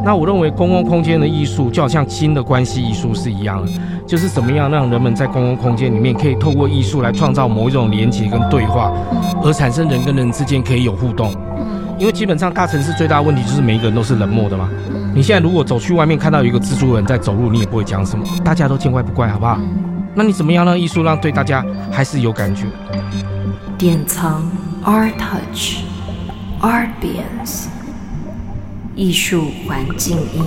那我认为公共空间的艺术就好像新的关系艺术是一样的，就是怎么样让人们在公共空间里面可以透过艺术来创造某一种连结跟对话，而产生人跟人之间可以有互动。因为基本上大城市最大的问题就是每一个人都是冷漠的嘛。你现在如果走去外面看到有一个蜘蛛人在走路，你也不会讲什么，大家都见怪不怪，好不好？那你怎么样让艺术让对大家还是有感觉？ 典藏 Art Touch Artbience 艺术环境音。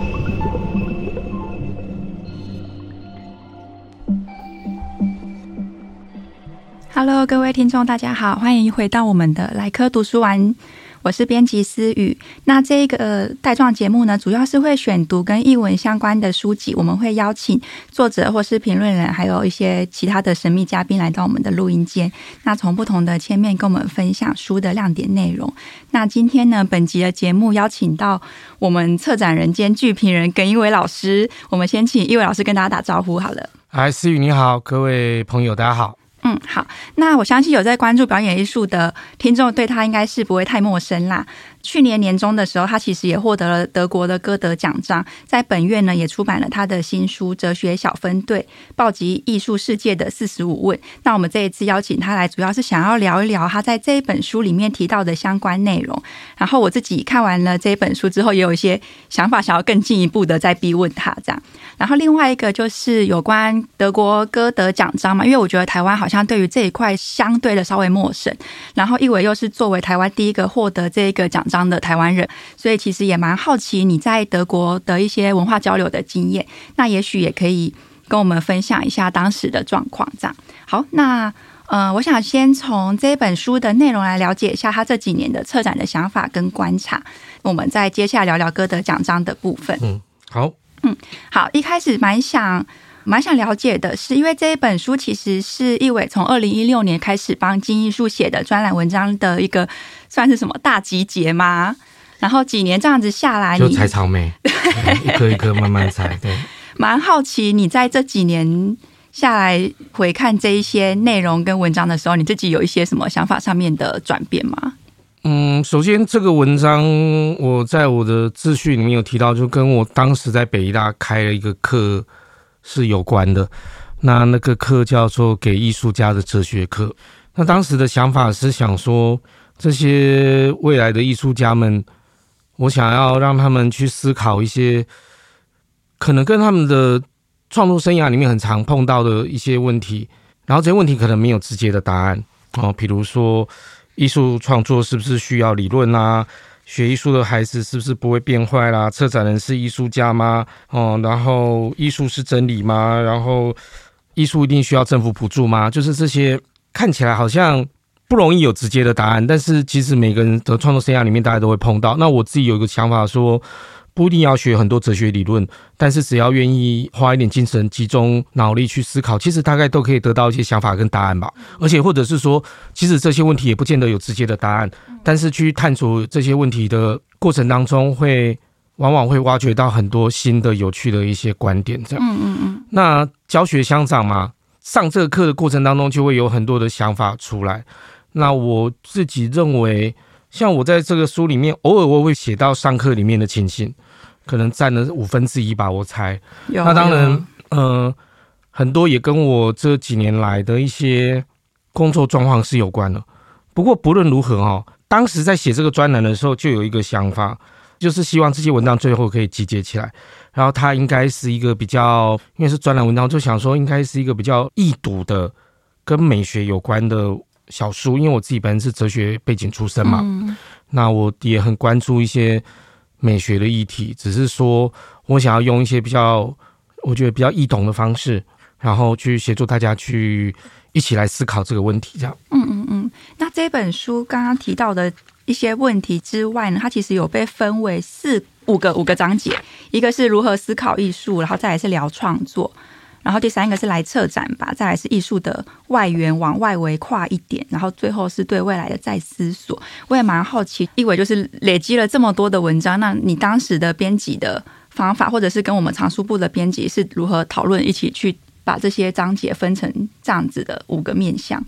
Hello， 各位听众，大家好，欢迎回到我们的来科读书玩。我是编辑思雨。那这个带状节目呢，主要是会选读跟艺文相关的书籍，我们会邀请作者或是评论人，还有一些其他的神秘嘉宾来到我们的录音间，那从不同的切面跟我们分享书的亮点内容。那今天呢，本集的节目邀请到我们策展人兼剧评人耿一伟老师，我们先请一伟老师跟大家打招呼好了。 嗨，思雨你好，各位朋友大家好。 好，那我相信有在关注表演艺术的听众对他应该是不会太陌生啦。去年年中的时候，他其实也获得了德国的歌德奖章，在本月呢也出版了他的新书《哲学小分队：暴击艺术世界的45问》。那我们这一次邀请他来，主要是想要聊一聊他在这一本书里面提到的相关内容。然后我自己看完了这一本书之后，也有一些想法，想要更进一步的再逼问他这样。然后另外一个就是有关德国歌德奖章嘛，因为我觉得台湾好像对于这一块相对的稍微陌生，然后一伟又是作为台湾第一个获得这个奖章的台湾人，所以其实也蛮好奇你在德国的一些文化交流的经验，那也许也可以跟我们分享一下当时的状况这样。好，那我想先从这本书的内容来了解一下他这几年的策展的想法跟观察，我们再接下来聊聊歌德奖章的部分。好，一开始蛮想了解的是，因为这一本书其实是一伟从2016年开始帮金艺术写的专栏文章的一个算是什么大集结吗？然后几年这样子下来， 就采草莓，一颗一颗慢慢采。对， 蛮好奇你在这几年下来回看这一些内容跟文章的时候，你自己有一些什么想法上面的转变吗？ 首先这个文章我在我的自序里面有提到，就跟我当时在北医大开了一个课是有关的。那个课叫做给艺术家的哲学课。那当时的想法是想说，这些未来的艺术家们，我想要让他们去思考一些可能跟他们的创作生涯里面很常碰到的一些问题，然后这些问题可能没有直接的答案比如说艺术创作是不是需要理论啦？学艺术的孩子是不是不会变坏啦？策展人是艺术家吗？然后艺术是真理吗？然后艺术一定需要政府补助吗？就是这些看起来好像不容易有直接的答案，但是其实每个人的创作生涯里面大家都会碰到。那我自己有一个想法说，不一定要学很多哲学理论，但是只要愿意花一点精神集中脑力去思考，其实大概都可以得到一些想法跟答案吧。而且或者是说，其实这些问题也不见得有直接的答案，但是去探索这些问题的过程当中，往往会挖掘到很多新的有趣的一些观点这样。那教学相长嘛，上这个课的过程当中就会有很多的想法出来。那我自己认为，像我在这个书里面偶尔我会写到上课里面的情形，可能占了1/5吧，我猜。那当然很多也跟我这几年来的一些工作状况是有关的。不过不论如何当时在写这个专栏的时候就有一个想法，就是希望这些文章最后可以集结起来，然后它应该是一个比较，因为是专栏文章，就想说应该是一个比较易读的跟美学有关的小书，因为我自己本身是哲学背景出身嘛，那我也很关注一些美学的议题，只是说我想要用一些比较我觉得比较易懂的方式，然后去协助大家去一起来思考这个问题这样。 那这本书刚刚提到的一些问题之外呢，它其实有被分为五个章节，一个是如何思考艺术，然后再来是聊创作，然后第三个是来策展吧，再来是艺术的外缘往外围跨一点，然后最后是对未来的再思索。我也蛮好奇，一伟就是累积了这么多的文章，那你当时的编辑的方法，或者是跟我们藏书部的编辑是如何讨论，一起去把这些章节分成这样子的5个面向？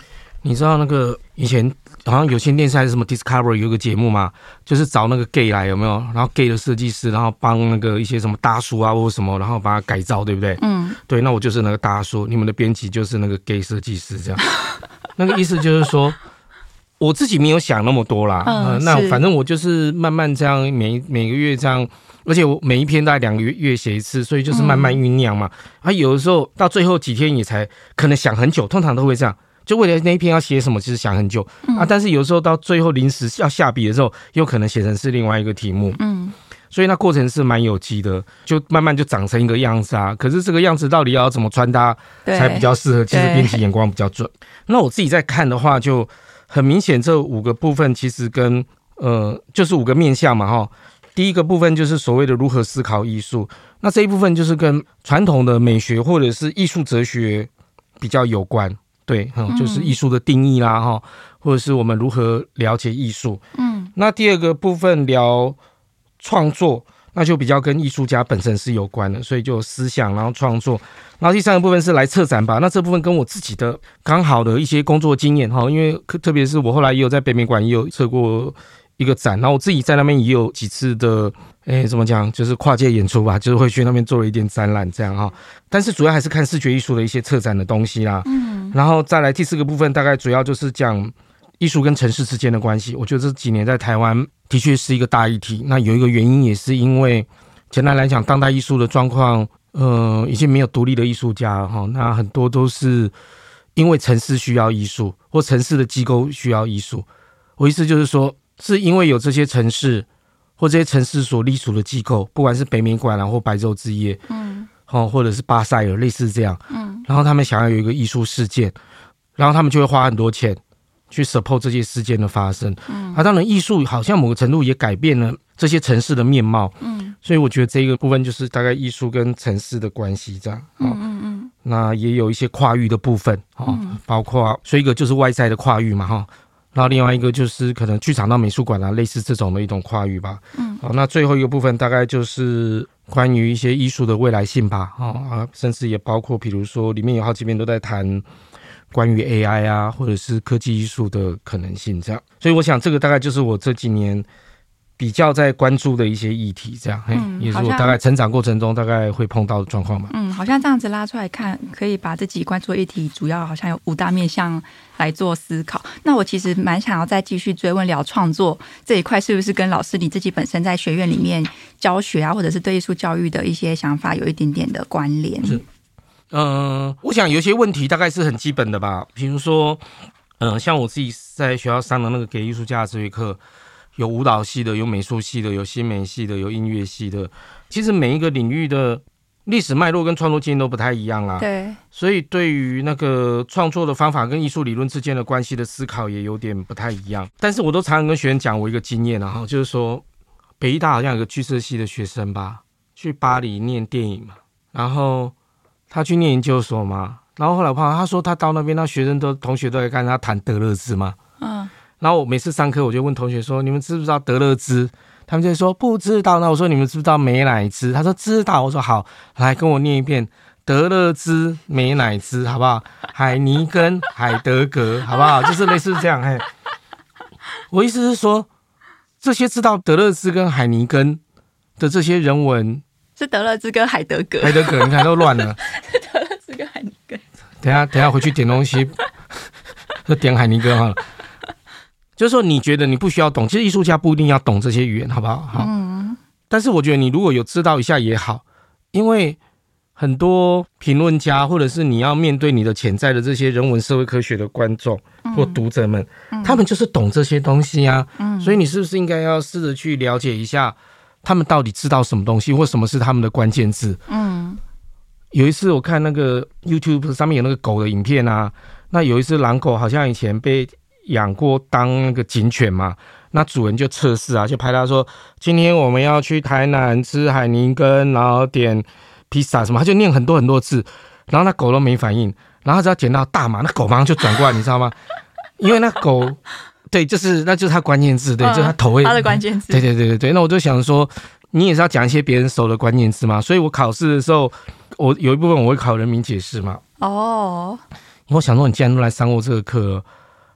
你知道那个以前好像有线电视还是什么 Discovery 有个节目嘛，就是找那个 gay 来有没有？然后 gay 的设计师，然后帮那个一些什么大叔啊或什么，然后把它改造，对不对？对，那我就是那个大叔，你们的编辑就是那个 gay 设计师这样。那个意思就是说，我自己没有想那么多啦。那反正我就是慢慢这样，每个月这样。而且我每一篇大概2个月写一次，所以就是慢慢酝酿嘛。有的时候到最后几天也才可能想很久，通常都会这样。就为了那一篇要写什么，其实想很久但是有时候到最后临时要下笔的时候，又可能写成是另外一个题目。所以那过程是蛮有机的，就慢慢就长成一个样子啊。可是这个样子到底要怎么穿搭才比较适合？其实编辑眼光比较准。那我自己在看的话，就很明显这5个部分其实跟就是5个面向嘛哈。第一个部分就是所谓的如何思考艺术，那这一部分就是跟传统的美学或者是艺术哲学比较有关，对，就是艺术的定义啦，或者是我们如何了解艺术。那第二个部分聊创作，那就比较跟艺术家本身是有关的，所以就有思想，然后创作。然后第3个部分是来策展吧，那这部分跟我自己的刚好的一些工作经验，因为特别是我后来也有在北美馆也有策过一个展，然后我自己在那边也有几次的怎么讲，就是跨界演出吧，就是会去那边做了一点展览这样哈。但是主要还是看视觉艺术的一些策展的东西啦。然后再来第4个部分，大概主要就是讲艺术跟城市之间的关系。我觉得这几年在台湾的确是一个大议题。那有一个原因也是因为简单来讲，当代艺术的状况，已经没有独立的艺术家哈，那很多都是因为城市需要艺术，或城市的机构需要艺术。我意思就是说，是因为有这些城市或这些城市所隶属的机构，不管是北美馆或白昼之夜，或者是巴塞尔类似这样，然后他们想要有一个艺术事件，然后他们就会花很多钱去 support 这些事件的发生。当然艺术好像某个程度也改变了这些城市的面貌。所以我觉得这个部分就是大概艺术跟城市的关系这样。那也有一些跨域的部分，包括所以一个就是外在的跨域嘛，然后另外一个就是可能剧场到美术馆类似这种的一种跨域吧。好，那最后一个部分大概就是关于一些艺术的未来性吧。甚至也包括比如说里面有好几篇都在谈关于 AI 啊，或者是科技艺术的可能性这样。所以我想这个大概就是我这几年比较在关注的一些议题这样。也是我大概成长过程中大概会碰到的状况吧。 好像这样子拉出来看，可以把自己关注的议题主要好像有5大面向来做思考。那我其实蛮想要再继续追问聊创作这一块，是不是跟老师你自己本身在学院里面教学啊，或者是对艺术教育的一些想法有一点点的关联？ 是，我想有些问题大概是很基本的吧，比如说像我自己在学校上的那个给艺术家的哲学课，有舞蹈系的，有美术系的，有新媒系的，有音乐系的。其实每一个领域的历史脉络跟创作经验都不太一样啦。 对， 所以对于那个创作的方法跟艺术理论之间的关系的思考也有点不太一样。但是我都常常跟学生讲我一个经验啊，就是说北艺大好像有个剧社系的学生吧，去巴黎念电影嘛，然后他去念研究所嘛，然后后来我碰到他说他到那边，那同学都在看他谈德勒兹嘛。然后我每次上课我就问同学说，你们知不知道德勒兹？他们就会说不知道。那我说你们知不知道美乃滋？他说知道。我说好，来跟我念一遍德勒兹、美乃滋好不好？海尼根、海德格好不好？就是类似这样。我意思是说，这些知道德勒兹跟海尼根的这些人文， 是德勒兹跟海德格。 海德格你看都乱了。 德勒兹跟海尼根。 等一下回去点东西，就点海尼根好了。就是说你觉得你不需要懂，其实艺术家不一定要懂这些语言好不好？好，但是我觉得你如果有知道一下也好，因为很多评论家或者是你要面对你的潜在的这些人文社会科学的观众或读者们，他们就是懂这些东西啊。所以你是不是应该要试着去了解一下他们到底知道什么东西，或什么是他们的关键字。有一次我看那个 YouTube 上面有那个狗的影片啊，那有一只狼狗好像以前被养过当那个警犬嘛，那主人就测试啊，就拍他说今天我们要去台南吃海尼根，然后点披萨什么，他就念很多很多字，然后那狗都没反应，然后只要捡到大麻，那狗马上就转过来，你知道吗？因为那狗对，那就是他关键字，对，就是他头位他的关键字， 对。那我就想说，你也是要讲一些别人熟的关键字嘛，所以我考试的时候，我有一部分我会考人名解释嘛。因为我想说，你既然都来上过这个课，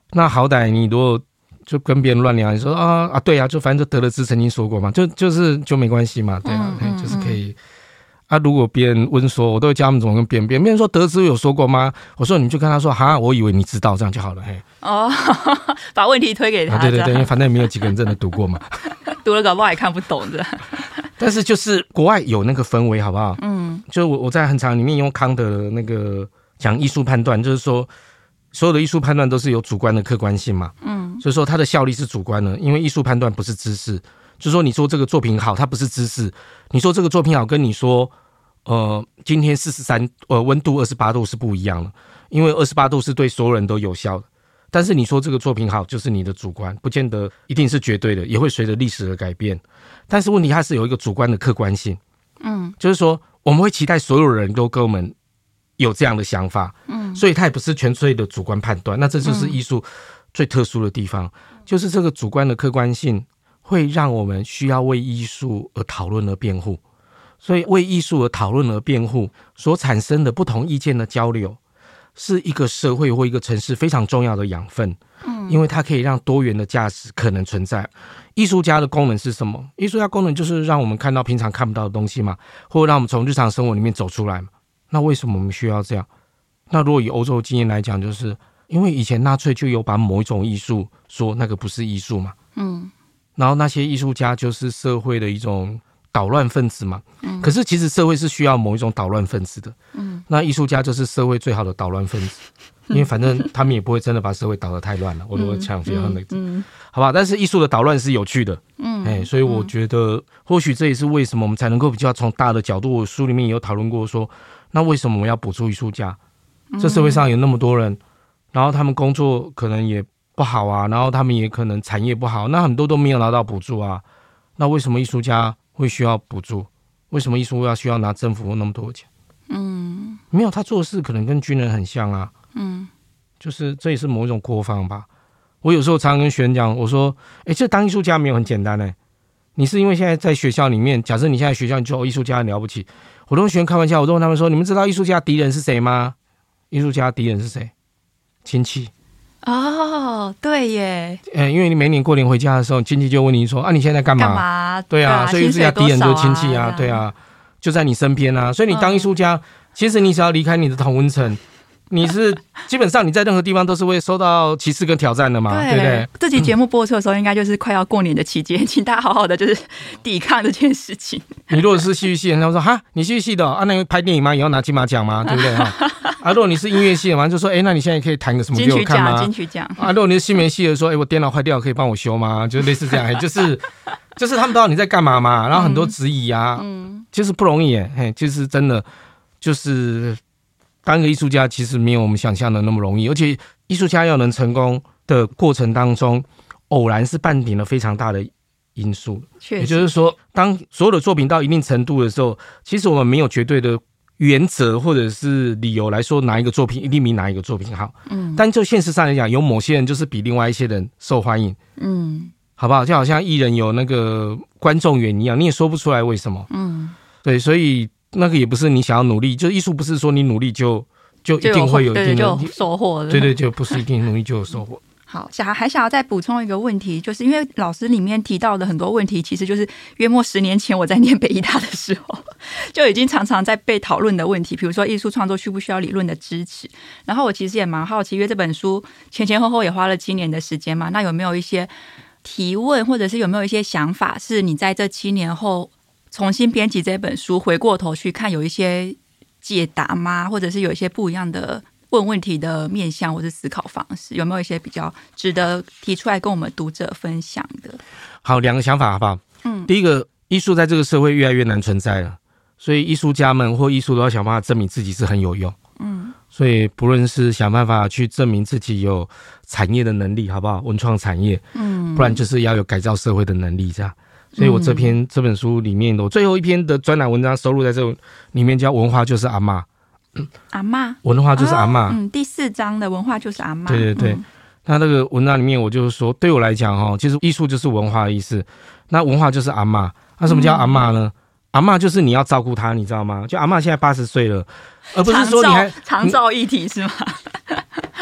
那好歹你如果就跟别人乱聊，你说对啊，就反正就德勒兹曾经说过嘛，就没关系嘛，对啊，就是可以。如果别人问说，我都会教他们怎么跟别人说德兹有说过吗？我说你就跟他说哈，我以为你知道，这样就好了。 把问题推给他。 对，因为反正也没有几个人真的读过嘛， 读了搞不好也看不懂的。 但是就是国外有那个氛围，好不好？就我在很长里面用康德的那个讲艺术判断，就是说所有的艺术判断都是有主观的客观性嘛。所以说它的效力是主观的，因为艺术判断不是知识。就是说你说这个作品好，它不是知识。你说这个作品好，跟你说今天温度28度是不一样的，因为28度是对所有人都有效的。但是你说这个作品好，就是你的主观，不见得一定是绝对的，也会随着历史的改变。但是问题它是有一个主观的客观性。就是说我们会期待所有人都跟我们有这样的想法。所以它也不是纯粹的主观判断。那这就是艺术最特殊的地方，就是这个主观的客观性会让我们需要为艺术而讨论而辩护。所以为艺术而讨论而辩护所产生的不同意见的交流，是一个社会或一个城市非常重要的养分。因为它可以让多元的价值可能存在。艺术家的功能是什么？艺术家功能就是让我们看到平常看不到的东西嘛，或者让我们从日常生活里面走出来嘛。那为什么我们需要这样？那如果以欧洲经验来讲，就是因为以前纳粹就有把某一种艺术说那个不是艺术嘛。然后那些艺术家就是社会的一种捣乱分子嘛。可是其实社会是需要某一种捣乱分子的。那艺术家就是社会最好的捣乱分子。因为反正他们也不会真的把社会捣得太乱了，我都会强调那个，好吧？但是艺术的捣乱是有趣的。所以我觉得或许这也是为什么我们才能够比较从大的角度，我书里面也有讨论过说，那为什么我们要补助艺术家？这社会上有那么多人，然后他们工作可能也不好啊，然后他们也可能产业不好，那很多都没有拿到补助啊。那为什么艺术家会需要补助？为什么艺术家需要拿政府那么多钱？没有，他做的事可能跟军人很像啊。就是这也是某一种国防吧。我有时候常常跟学生讲，我说这当艺术家没有很简单。你是因为现在在学校里面，假设你现在学校你就艺术家很了不起，我都跟学生开玩笑，我都问他们说，你们知道艺术家敌人是谁吗？艺术家敌人是谁？亲戚。 对耶。 因为你每年过年回家的时候，亲戚就问你说你现在干嘛？对啊，所以艺术家敌人就是亲戚啊。对啊，就在你身边啊。所以你当艺术家，其实你只要离开你的同温层，你是基本上你在任何地方都是会受到歧视跟挑战的嘛，对不对？ 这期节目播出的时候，应该就是快要过年的期间，请大家好好的就是抵抗这件事情。 你如果是戏剧系的，他说哈，你戏剧系的那你拍电影吗？也要拿金马奖吗？对不对如果你是音乐系的嘛，就说那你现在可以弹个什么给我看吗？ 金曲奖。 如果你是新媒系的，说我电脑坏掉可以帮我修吗？就类似这样，就是他们不知道你在干嘛嘛，然后很多质疑啊，就是不容易就是真的就是当一个艺术家其实没有我们想象的那么容易，而且艺术家要能成功的过程当中，偶然是伴顶了非常大的因素。也就是说，当所有的作品到一定程度的时候，其实我们没有绝对的原则或者是理由来说哪一个作品一定比哪一个作品好。但就现实上来讲，有某些人就是比另外一些人受欢迎。好不好？就好像艺人有那个观众缘一样，你也说不出来为什么。对，所以那个也不是你想要努力，就艺术不是说你努力就一定会有一定的收获的。 对，就不是一定努力就有收获。 好，还想要再补充一个问题，就是因为老师里面提到的很多问题，其实就是约莫10年前我在念北艺大的时候就已经常常在被讨论的问题，比如说艺术创作需不需要理论的支持。然后我其实也蛮好奇，因为这本书前后也花了7年的时间嘛，那有没有一些提问，或者是有没有一些想法，是你在这7年后重新编辑这本书，回过头去看有一些解答吗？或者是有一些不一样的问问题的面向或是思考方式，有没有一些比较值得提出来跟我们读者分享的？ 好，2个想法好不好？第一个，艺术在这个社会越来越难存在了，所以艺术家们或艺术都要想办法证明自己是很有用。所以不论是想办法去证明自己有产业的能力，好不好？文创产业，不然就是要有改造社会的能力，这样。所以我这本书里面，我最后一篇的专栏文章收录在这里面，叫《文化就是阿嬷》。 阿嬷， 文化就是阿嬷。 第4章的文化就是阿嬷。 对。那个文章里面，我就是说，对我来讲其实艺术就是文化的意思。那文化就是阿嬷。那什么叫阿嬷呢？阿嬷就是你要照顾她，你知道吗？就阿嬷现在80岁了，而不是说你还长照议题是吗？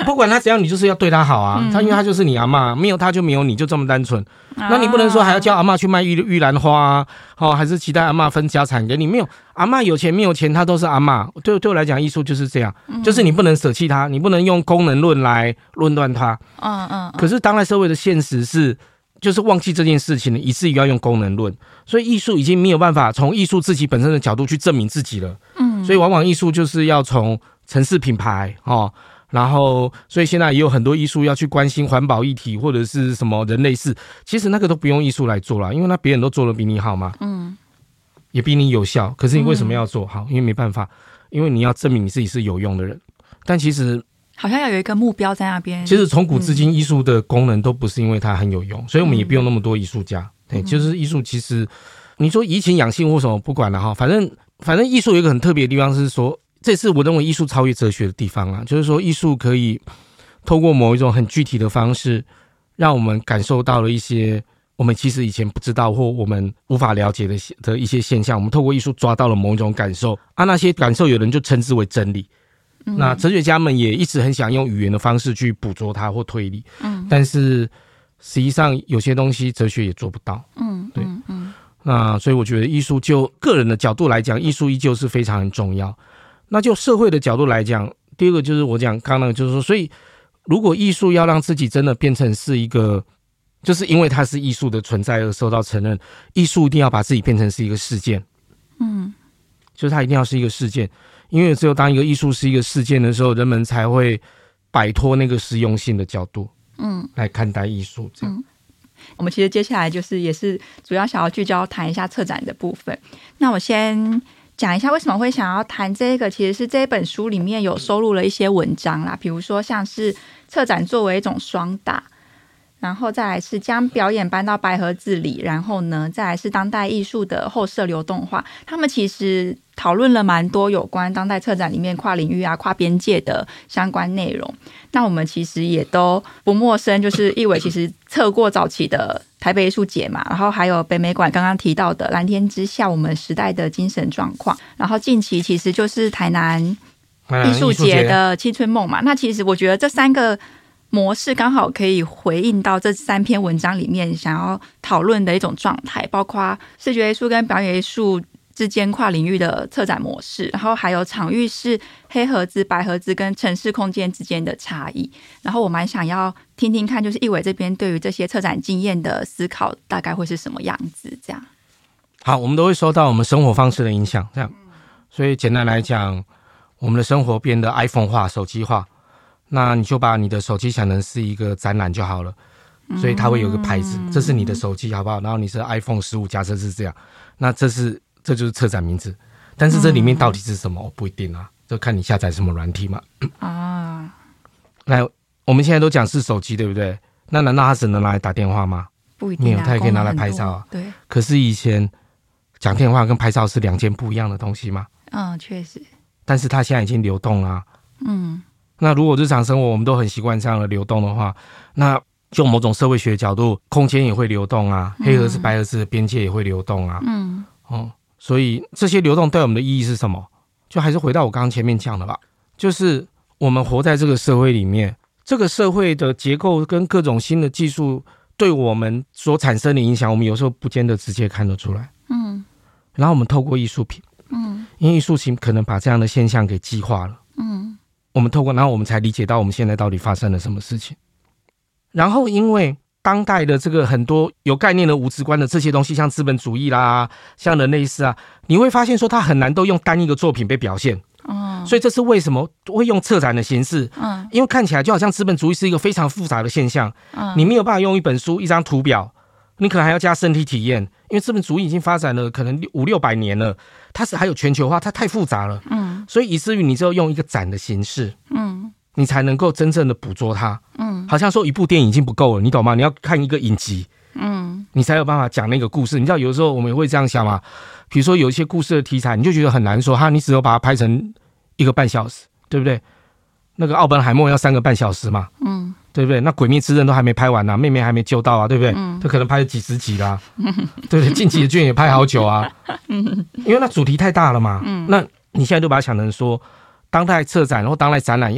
不管他怎样，你就是要对他好啊。他因为他就是你阿嬷，没有他就没有你，就这么单纯。那你不能说还要叫阿嬷去卖玉兰花啊，还是期待阿嬷分家产给你？没有，阿嬷有钱没有钱，他都是阿嬷。对我来讲，艺术就是这样，就是你不能舍弃他，你不能用功能论来论断他。可是当代社会的现实是，就是忘记这件事情了，以至于要用功能论，所以艺术已经没有办法从艺术自己本身的角度去证明自己了。所以往往艺术就是要从城市品牌然后所以现在也有很多艺术要去关心环保议题或者是什么人类事，其实那个都不用艺术来做了，因为那别人都做得比你好嘛，也比你有效，可是你为什么要做好？因为没办法，因为你要证明你自己是有用的人。但其实好像要有一个目标在那边。 其实从古至今，艺术的功能都不是因为它很有用，所以我们也不用那么多艺术家。对，就是艺术其实你说怡情养性或什么不管了哈，反正艺术有一个很特别的地方是说，这是我认为艺术超越哲学的地方啊，就是说艺术可以透过某一种很具体的方式，让我们感受到了一些我们其实以前不知道或我们无法了解的一些现象，我们透过艺术抓到了某一种感受啊，那些感受有人就称之为真理。那哲学家们也一直很想用语言的方式去捕捉它或推理，但是实际上有些东西哲学也做不到。对，那所以我觉得艺术就个人的角度来讲，艺术依旧是非常重要。那就社会的角度来讲，第二个就是我讲刚刚那个，就是说，所以如果艺术要让自己真的变成是一个，就是因为它是艺术的存在而受到承认，艺术一定要把自己变成是一个事件。就是它一定要是一个事件，因为只有当一个艺术是一个事件的时候，人们才会摆脱那个实用性的角度，来看待艺术。这样， 我们其实接下来就是也是主要想要聚焦谈一下策展的部分。那我先讲一下为什么会想要谈这个，其实是这本书里面有收录了一些文章啦，比如说像是策展作为一种双打，然后再来是将表演搬到白盒子里，然后呢再来是当代艺术的后设流动化。他们其实讨论了蛮多有关当代策展里面跨领域跨边界的相关内容。那我们其实也都不陌生，就是一伟其实策过早期的台北艺术节嘛，然后还有北美馆刚刚提到的蓝天之下我们时代的精神状况，然后近期其实就是台南艺术节的青春梦嘛。那其实我觉得这三个模式刚好可以回应到这3篇文章里面想要讨论的一种状态，包括视觉艺术跟表演艺术之间跨领域的策展模式，然后还有场域是黑盒子、白盒子跟城市空间之间的差异。然后我蛮想要听听看，就是一伟这边对于这些策展经验的思考大概会是什么样子这样。 好，我们都会受到我们生活方式的影响，这样，所以简单来讲，我们的生活变得 iPhone 化、手机化，那你就把你的手机想成是一个展览就好了，所以它会有个牌子，这是你的手机好不好？然后你是 iPhone 15，假设是这样，那这就是策展名字，但是这里面到底是什么，不一定啊，就看你下载什么软体嘛。来，我们现在都讲是手机，对不对？那难道它只能拿来打电话吗？ 不一定， 没有，它也可以拿来拍照啊。 对。 可是以前讲电话跟拍照是2件不一样的东西吗？ 确实。 但是它现在已经流动啦。那如果日常生活我们都很习惯这样的流动的话，那就某种社会学角度，空间也会流动啊，黑盒子、白盒子的边界也会流动啊。所以这些流动对我们的意义是什么？就还是回到我刚刚前面讲的吧，就是我们活在这个社会里面，这个社会的结构跟各种新的技术对我们所产生的影响，我们有时候不见得直接看得出来。然后我们透过艺术品，因为艺术品可能把这样的现象给激化了。我们透过，然后我们才理解到我们现在到底发生了什么事情。然后因为当代的这个很多有概念的无直观的这些东西，像资本主义啦，像人类史啊，你会发现说它很难都用单一个作品被表现。所以这是为什么会用策展的形式。因为看起来就好像资本主义是一个非常复杂的现象。你没有办法用一本书、一张图表，你可能还要加身体体验，因为资本主义已经发展了可能500-600年了，它是还有全球化，它太复杂了。所以以至于你只有用一个展的形式，你才能够真正的捕捉它。好像说一部电影已经不够了，你懂吗？你要看一个影集，你才有办法讲那个故事。你知道有的时候我们也会这样想嘛，比如说有一些故事的题材，你就觉得很难说，你只有把它拍成1个半小时，对不对？那个奥本海默要3个半小时嘛，对不对？那鬼灭之刃都还没拍完啊，妹妹还没救到啊，对不对？他可能拍了几十集啦，对不对？进击的巨人也拍好久啊，因为那主题太大了嘛。那你现在就把它想成说，当代策展或当代展览要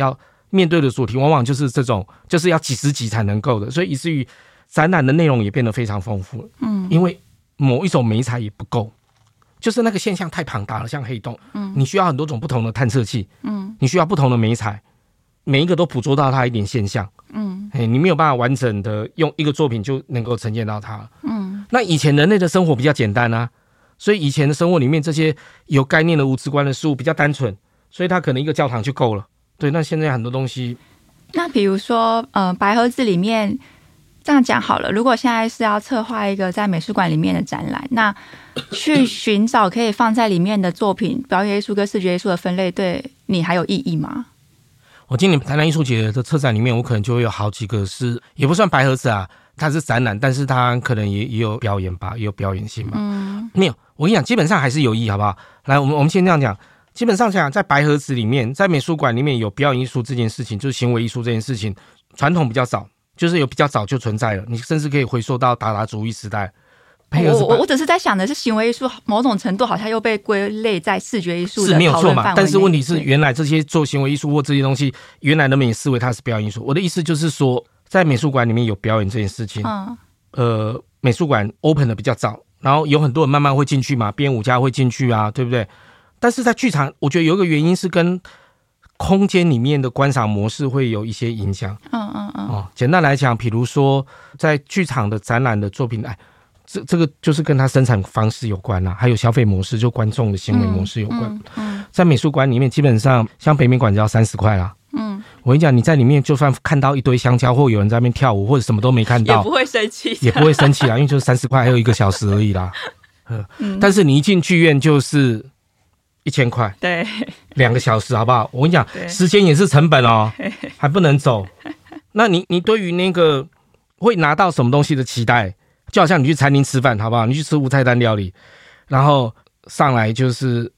面对的主题往往就是这种，就是要几十集才能够的，所以以至于展览的内容也变得非常丰富。因为某一种媒材也不够，就是那个现象太庞大了，像黑洞，你需要很多种不同的探测器，你需要不同的媒材，每一个都捕捉到它一点现象，你没有办法完整的用一个作品就能够呈现到它。那以前人类的生活比较简单啊，所以以前的生活里面这些有概念的无直观的事物比较单纯，所以它可能一个教堂就够了。对，那现在很多东西， 那比如说白盒子里面。这样讲好了，如果现在是要策划一个在美术馆里面的展览，那去寻找可以放在里面的作品，表演艺术跟视觉艺术的分类，对你还有意义吗？ 我今年台南艺术节的策展里面，我可能就会有好几个是，也不算白盒子啊，它是展览，但是它可能也有表演吧，也有表演性吧。没有，我跟你讲，基本上还是有意义，好不好？来，我们先这样讲，基本上讲，在白盒子里面，在美术馆里面有表演艺术这件事情，就是行为艺术这件事情，传统比较早。就是有比较早就存在了，你甚至可以回溯到达达主义时代。 我只是在想的是，行为艺术某种程度好像又被归类在视觉艺术的是没有错嘛？但是问题是， 对原来这些做行为艺术或这些东西，原来人们也视为它是表演艺术。我的意思就是说，在美术馆里面有表演这件事情，美术馆 open 的比较早，然后有很多人慢慢会进去嘛，编舞家会进去啊，对不对？但是在剧场，我觉得有一个原因是跟空间里面的观赏模式会有一些影响。简单来讲，比如说在剧场的展览的作品，这个就是跟它生产方式有关啦，还有消费模式，就观众的行为模式有关。在美术馆里面，基本上像北美馆只要30块啦。我跟你讲，你在里面就算看到一堆香蕉，或有人在那边跳舞，或者什么都没看到， 也不会生气， 也不会生气啦，因为就是30块，还有1个小时而已啦。但是你一进剧院就是1000块， 对 ，2个小时，好不好？我跟你讲，时间也是成本哦，还不能走。那你对于那个会拿到什么东西的期待，就好像你去餐厅吃饭，好不好？你去吃无菜单料理，然后上来就是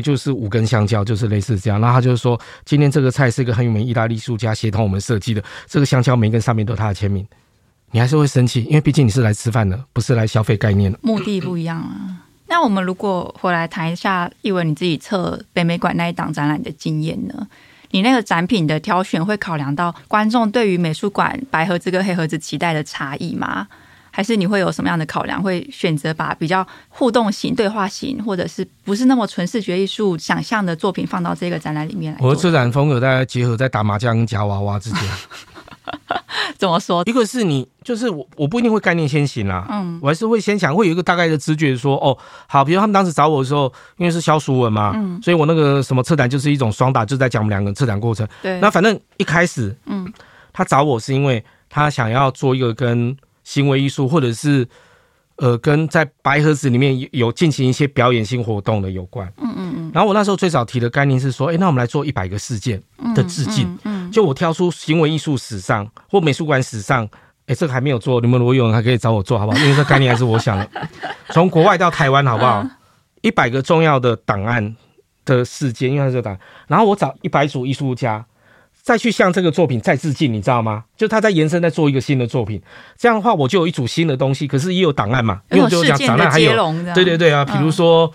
5根香蕉，就是类似这样。然后他就是说，今天这个菜是一个很有名意大利艺术家协同我们设计的，这个香蕉每一根上面都有他的签名，你还是会生气，因为毕竟你是来吃饭的，不是来消费概念的， 目的不一样啊。那我们如果回来谈一下一文你自己策北美馆那一档展览的经验呢？你那个展品的挑选会考量到观众对于美术馆白盒子跟黑盒子期待的差异吗？还是你会有什么样的考量，会选择把比较互动型、对话型，或者是不是那么纯视觉艺术想象的作品放到这个展览里面来？ 我的策展风格大概结合在打麻将跟夹娃娃之间。 怎么说？ 一个是你就是我不一定会概念先行啦，我还是会先想，会有一个大概的直觉说，哦，好，比如他们当时找我的时候，因为是萧淑文嘛，所以我那个什么策展就是一种双打，就在讲我们2个策展过程。 对， 那反正一开始，他找我是因为他想要做一个跟行为艺术或者是跟在白盒子里面有进行一些表演性活动的有关。然后我那时候最早提的概念是说，那我们来做100个事件的致敬。就我挑出行为艺术史上或美术馆史上，这个还没有做，你们如果有人还可以找我做，好不好？因为这概念还是我想的。从国外到台湾，好不好？100个重要的档案的事件，因为它是这个档案，然后我找100组艺术家，再去向这个作品再致敬，你知道吗？就他在延伸，再做一个新的作品，这样的话我就有一组新的东西，可是也有档案嘛，因为我就讲档案还有，对啊，比如说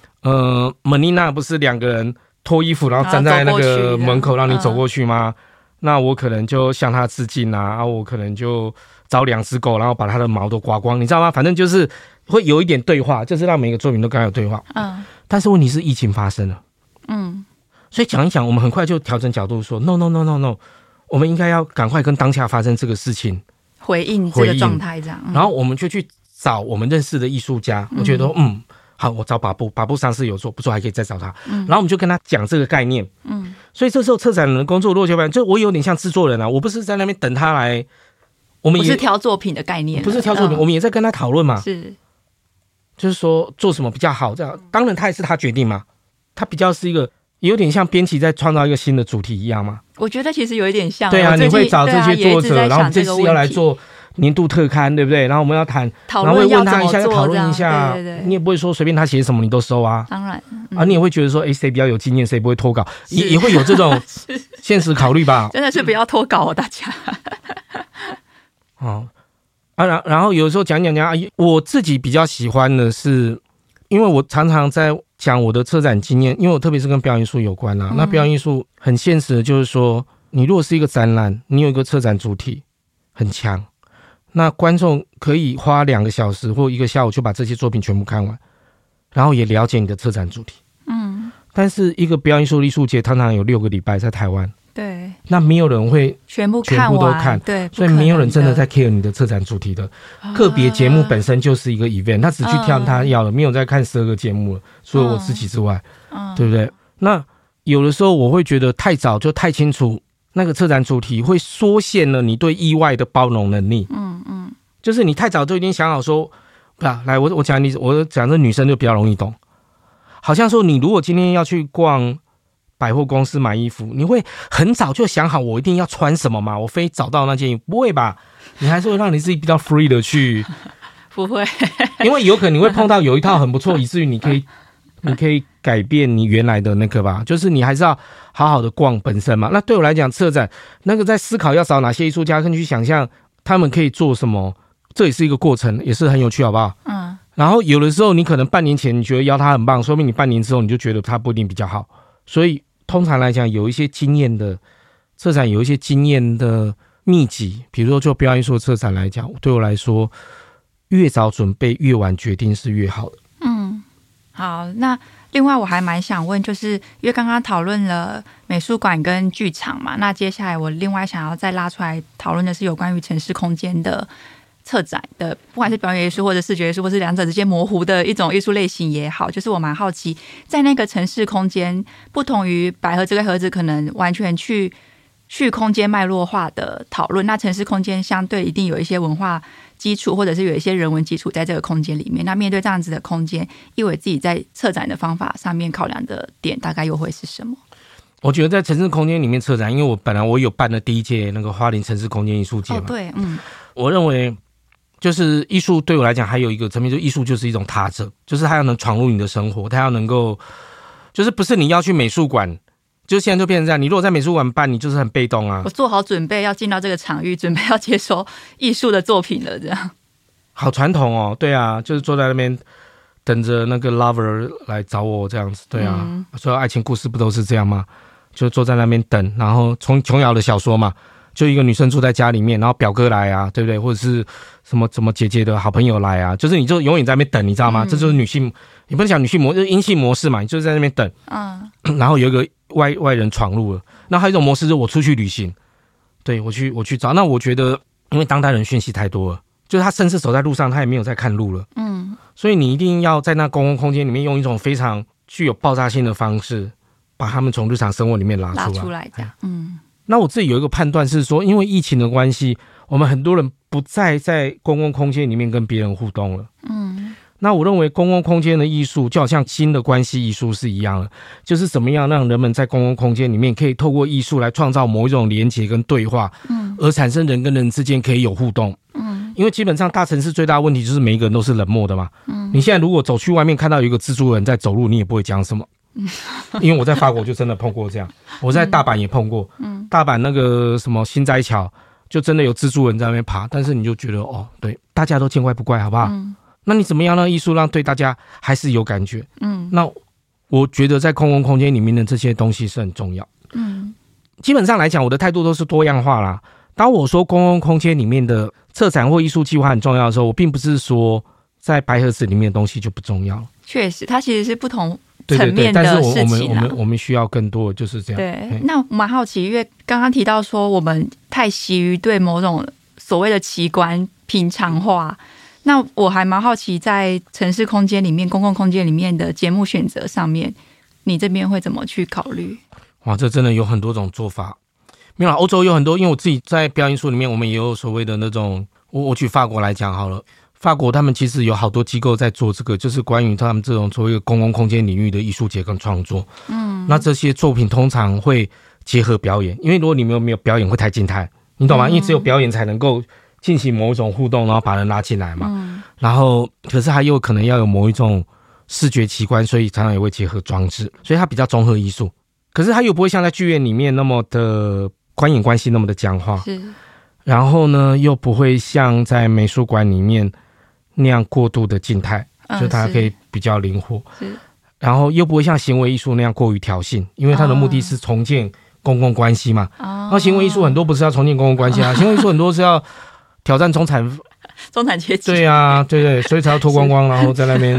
Melina 不是2个人脱衣服然后站在那个门口让你走过去吗？那我可能就向他致敬啊，我可能就找2只狗，然后把它的毛都刮光，你知道吗？反正就是会有一点对话，就是让每个作品都刚有对话。但是问题是疫情发生了，所以讲一讲，我们很快就调整角度说 no， 我们应该要赶快跟当下发生这个事情回应这个状态，这样。 然后我们就去找我们认识的艺术家，我觉得好，我找把布上次有做，不做还可以再找他。然后我们就跟他讲这个概念。所以这时候策展人的工作，如果就我有点像制作人啊，我不是在那边等他来，我们也不是挑作品的概念， 不是挑作品，我们也在跟他讨论嘛。 是， 就是说做什么比较好，这样当然他也是他决定嘛，他比较是一个有点像编辑在创造一个新的主题一样嘛。 我觉得其实有一点像。 对啊，你会找这些作者，然后我们这次要来做年度特刊，对不对？然后我们要谈，然后会问他一下，要讨论一下。对，你也不会说随便他写什么你都收啊。 当然。 你也会觉得说，谁比较有经验，谁不会脱稿，也会有这种现实考虑吧。 真的是不要脱稿哦，大家。 然后有时候讲，我自己比较喜欢的是，因为我常常在讲我的策展经验，因为我特别是跟表演艺术有关啊。那表演艺术很现实的就是说， 你如果是一个展览，你有一个策展主题很强，那观众可以花2个小时或1个下午就把这些作品全部看完，然后也了解你的策展主题。但是一个表演艺术节通常有6个礼拜在台湾， 对， 那没有人会全部都看， 对， 所以没有人真的在 care 你的策展主题的。个别节目本身就是一个 event， 他只去挑他要的，没有在看12个节目了，除了我自己之外，对不对？那有的时候我会觉得太早就太清楚那个策展主题，会缩限了你对意外的包容能力。就是你太早就已经想好说，来我讲你，我讲这女生就比较容易懂。好像说你如果今天要去逛百货公司买衣服，你会很早就想好我一定要穿什么吗？我非找到那件衣服，不会吧？你还是会让你自己比较 free 的去， 不会， 因为有可能你会碰到有一套很不错，以至于你可以改变你原来的那个吧，就是你还是要好好的逛本身嘛。那对我来讲，策展那个在思考要找哪些艺术家，跟去想象他们可以做什么，这也是一个过程，也是很有趣，好不好？然后有的时候你可能半年前你觉得邀他很棒，说明你半年之后你就觉得他不一定比较好。所以通常来讲，有一些经验的策展，有一些经验的秘籍，比如说就表演艺术策展来讲，对我来说，越早准备越晚决定是越好的。 好，那另外我还蛮想问，就是因为刚刚讨论了美术馆跟剧场嘛，那接下来我另外想要再拉出来讨论的是有关于城市空间的策展的，不管是表演艺术或者视觉艺术，或是两者之间模糊的一种艺术类型也好，就是我蛮好奇，在那个城市空间，不同于白盒子跟盒子可能完全去空间脉络化的讨论，那城市空间相对一定有一些文化基础，或者是有一些人文基础在这个空间里面。那面对这样子的空间，一伟自己在策展的方法上面考量的点大概又会是什么？ 我觉得在城市空间里面策展，因为我本来有办了第1届那个花莲城市空间艺术节嘛， 对， 我认为就是艺术对我来讲还有一个层面，就是艺术就是一种他者，就是它要能闯入你的生活，它要能够，就是不是你要去美术馆。就现在就变成这样，你如果在美术馆办，你就是很被动啊。 我做好准备要进到这个场域，准备要接收艺术的作品了，这样。 好传统哦，对啊，就是坐在那边等着那个 lover 来找我这样子，对啊。所有爱情故事不都是这样吗？就坐在那边等，然后琼瑶的小说嘛，就一个女生住在家里面，然后表哥来啊，对不对？或者是什么姐姐的好朋友来啊，就是你就永远在那边等，你知道吗？这就是女性，你不能讲女性模，就是阴性模式嘛，你就是在那边等，然后有一个外人闯入了。那还有一种模式就是我出去旅行，对，我去找。那我觉得因为当代人讯息太多了，就是他甚至走在路上他也没有在看路了，所以你一定要在那公共空间里面用一种非常具有爆炸性的方式把他们从日常生活里面拉出来这样。那我自己有一个判断是说，因为疫情的关系，我们很多人不再在公共空间里面跟别人互动了。那我认为公共空间的艺术就好像新的关系艺术是一样的，就是怎么样让人们在公共空间里面可以透过艺术来创造某一种连结跟对话，而产生人跟人之间可以有互动。因为基本上大城市最大的问题就是每一个人都是冷漠的嘛。你现在如果走去外面看到有一个蜘蛛人在走路，你也不会讲什么。因为我在法国就真的碰过这样，我在大阪也碰过，大阪那个什么新斋桥就真的有蜘蛛人在那边爬，但是你就觉得哦，对，大家都见怪不怪，好不好？那你怎么样让艺术让对大家还是有感觉？那我觉得在公共空间里面的这些东西是很重要。基本上来讲，我的态度都是多样化啦。当我说公共空间里面的策展或艺术计划很重要的时候，我并不是说在白盒子里面的东西就不重要。 确实，它其实是不同层面的事情啦。 但是我们需要更多的就是这样。 对，那我蛮好奇，因为刚刚提到说我们太习于对某种所谓的奇观平常化，那我还蛮好奇，在城市空间里面、公共空间里面的节目选择上面，你这边会怎么去考虑？ 哇，这真的有很多种做法。没有啦，欧洲有很多，因为我自己在表演艺术里面，我们也有所谓的那种，我举法国来讲好了。法国他们其实有好多机构在做这个，就是关于他们这种所谓的公共空间领域的艺术节跟创作。那这些作品通常会结合表演，因为如果你没有表演会太静态，你懂吗？因为只有表演才能够进行某一种互动，然后把人拉进来嘛。然后可是它又可能要有某一种视觉奇观，所以常常也会结合装置，所以它比较综合艺术。可是它又不会像在剧院里面那么的观影关系那么的僵化，然后呢又不会像在美术馆里面那样过度的静态，就它可以比较灵活，然后又不会像行为艺术那样过于挑衅，因为它的目的是重建公共关系嘛。然后行为艺术很多不是要重建公共关系啊，行为艺术很多是要挑战中产阶级。 对啊，对，所以才要脱光光，然后在那边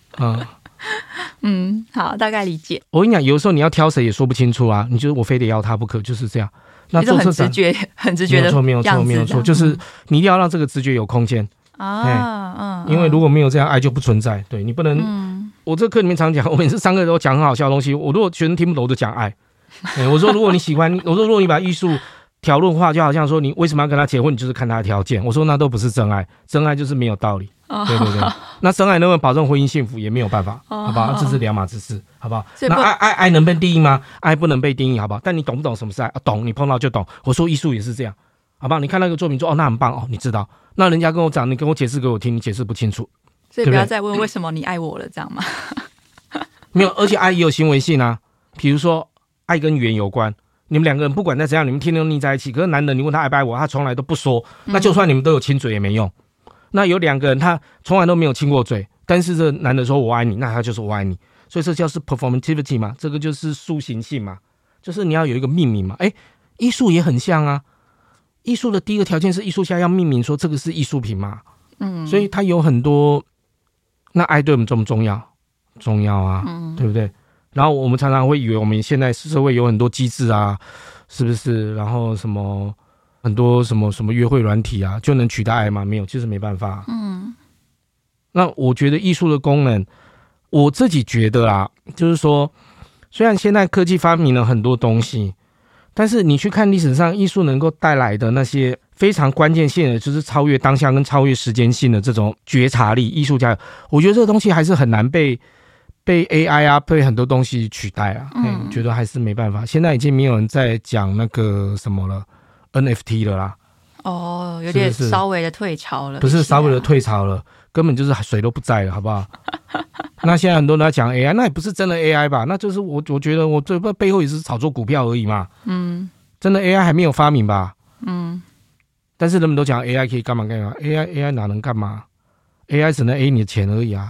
好，大概理解。 我跟你讲，有时候你要挑谁也说不清楚啊，你就是我非得要他不可，就是这样。那做社长很直觉的， 没有错，就是你一定要让这个直觉有空间因为如果没有这样，爱就不存在。对，你不能，我这课里面常讲，我每次上课都讲很好笑的东西，我如果学生听不懂，我就讲爱。我说如果你喜欢，我说如果你把艺术条论化，就好像说你为什么要跟他结婚，你就是看他的条件。我说那都不是真爱，真爱就是没有道理。对，那真爱能不能保证婚姻幸福也没有办法，好不好？这是两码子事，好不好？那爱能被定义吗？爱不能被定义，好不好？但你懂不懂什么是爱？懂，你碰到就懂。我说艺术也是这样，好不好？你看那个作品说那很棒你知道。那人家跟我讲，你跟我解释给我听，你解释不清楚， 所以不要再问为什么你爱我了，这样吗？ 没有，而且爱也有行为性啊。比如说爱跟语言有关，你们两个人不管再怎样，你们天天都腻在一起，可是男人你问他爱不爱我，他从来都不说，那就算你们都有亲嘴也没用。那有两个人他从来都没有亲过嘴，但是这男的说我爱你，那他就是我爱你，所以这叫是 performativity 嘛，这个就是塑形性嘛，就是你要有一个命名嘛。艺术也很像啊，艺术的第一个条件是艺术家要命名说这个是艺术品嘛，所以它有很多。那爱对我们重不重要？重要啊，对不对？然后我们常常会以为我们现在社会有很多机制啊，是不是？然后什么很多什么约会软体啊，就能取代爱吗？没有，就是没办法。那我觉得艺术的功能，我自己觉得啦，就是说，虽然现在科技发明了很多东西，但是你去看历史上艺术能够带来的那些非常关键性的，就是超越当下跟超越时间性的这种觉察力，艺术家，我觉得这个东西还是很难被 AI 啊，被很多东西取代啊。我觉得还是没办法。现在已经没有人在讲那个什么了 NFT 了啦。 有点稍微的退潮了。 不是稍微的退潮了，根本就是水都不在了，好不好？那现在很多人在讲 AI， 那也不是真的 AI 吧？那就是我觉得我这背后也是炒作股票而已嘛。真的 AI 还没有发明吧？但是人们都讲 AI 可以干嘛干嘛 ，AI 哪能干嘛 ？AI 只能 A 你的钱而已啊。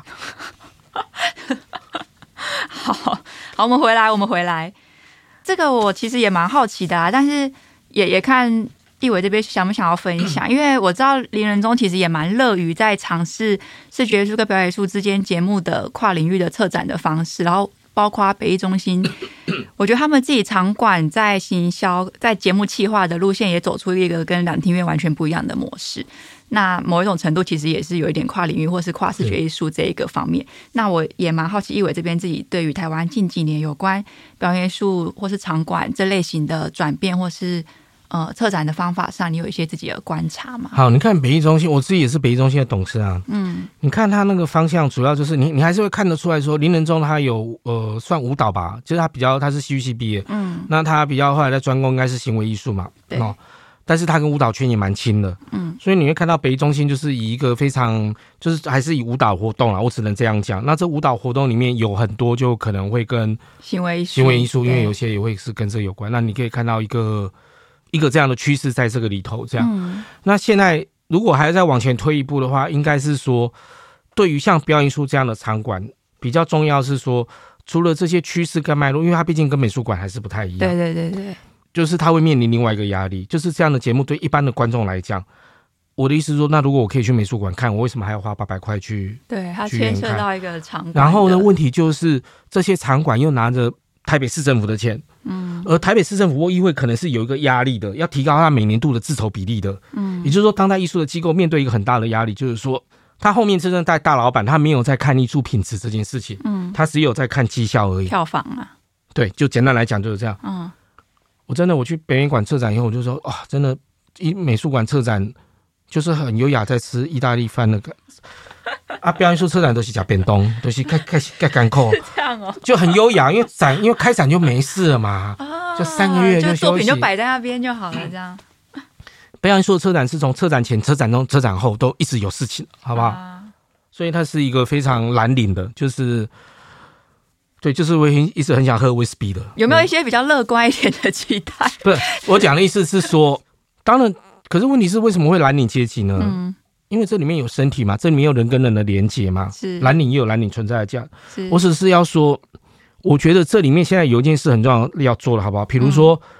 好，我们回来。这个我其实也蛮好奇的啊，但是也看一伟这边想不想要分享，因为我知道林仁宗其实也蛮乐于在尝试视觉艺术跟表演艺术之间节目的跨领域的策展的方式，然后包括北艺中心，我觉得他们自己场馆在行销、在节目企划的路线也走出一个跟两厅院完全不一样的模式。那某一种程度其实也是有一点跨领域或是跨视觉艺术这一个方面。那我也蛮好奇一伟这边自己对于台湾近几年有关表演艺术或是场馆这类型的转变或是策展的方法上，你有一些自己的观察吗？ 好，你看北艺中心，我自己也是北艺中心的董事啊。你看他那个方向，主要就是你还是会看得出来说，林仁宗他有算舞蹈吧，就是他是戏剧系毕业，那他比较后来在专攻应该是行为艺术嘛，但是他跟舞蹈圈也蛮亲的，所以你会看到北艺中心就是以一个非常就是还是以舞蹈活动啦，我只能这样讲。那这舞蹈活动里面有很多就可能会跟行为艺术， 因为有些也会是跟这有关。那你可以看到一个这样的趋势在这个里头，这样。那现在如果还要再往前推一步的话，应该是说，对于像表演艺术这样的场馆，比较重要是说，除了这些趋势跟脉络，因为它毕竟跟美术馆还是不太一样。 对， 就是它会面临另外一个压力，就是这样的节目对一般的观众来讲，我的意思是说，那如果我可以去美术馆看，我为什么还要花800块去？ 对，它牵涉到一个场馆。 然后呢，问题就是这些场馆又拿着台北市政府的钱，而台北市政府或议会可能是有一个压力的，要提高它每年度的自筹比例的，也就是说，当代艺术的机构面对一个很大的压力，就是说，他后面真正带大老板，他没有在看艺术品质这件事情，他只有在看绩效而已， 票房啊， 对，就简单来讲就是这样，我去北美馆策展以后，我就说，哇，真的，美术馆策展就是很优雅，在吃意大利饭那个。表演艺术策展都是吃便当，都是盖干扣， 这样哦， 就很优雅，因为开展就没事了嘛，就3个月就休息， 作品就摆在那边就好了，这样。 表演艺术的策展是从策展前、策展中、策展后都一直有事情，好不好？所以它是一个非常蓝领的，就是我一直很想喝威士忌的。有没有一些比较乐观一点的期待？ 不是，我讲的意思是说，当然，可是问题是为什么会蓝领阶级呢？因为这里面有身体嘛，这里面有人跟人的连结嘛，蓝领也有蓝领存在的价值。我只是要说，我觉得这里面现在有一件事很重要要做的，好不好？比如说，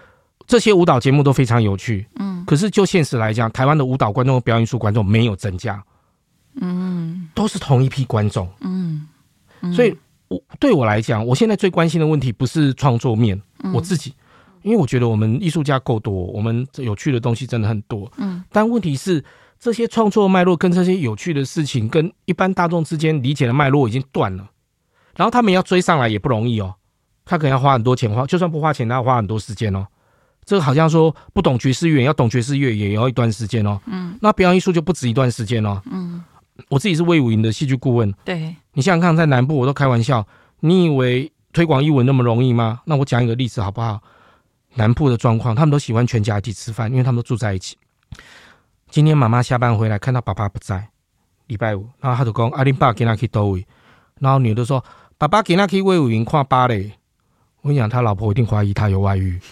这些舞蹈节目都非常有趣，可是就现实来讲，台湾的舞蹈观众、表演艺术观众没有增加，都是同一批观众，所以对我来讲，我现在最关心的问题不是创作面，我自己，因为我觉得我们艺术家够多，我们有趣的东西真的很多，但问题是这些创作脉络跟这些有趣的事情跟一般大众之间理解的脉络已经断了，然后他们要追上来也不容易哦，他可能要花很多钱，就算不花钱，他要花很多时间哦。这个好像说不懂爵士乐，要懂爵士乐也要一段时间哦。那表演艺术就不止一段时间哦。我自己是魏武营的戏剧顾问， 对， 你想想看，在南部我都开玩笑，你以为推广艺文那么容易吗？那我讲一个例子好不好？南部的状况，他们都喜欢全家一起吃饭，因为他们都住在一起。今天妈妈下班回来，看到爸爸不在，礼拜五，然后他就说：“你爸今天去哪里？”然后女的说：“爸爸今天去魏武营看芭蕾。”我跟你讲，他老婆一定怀疑他有外遇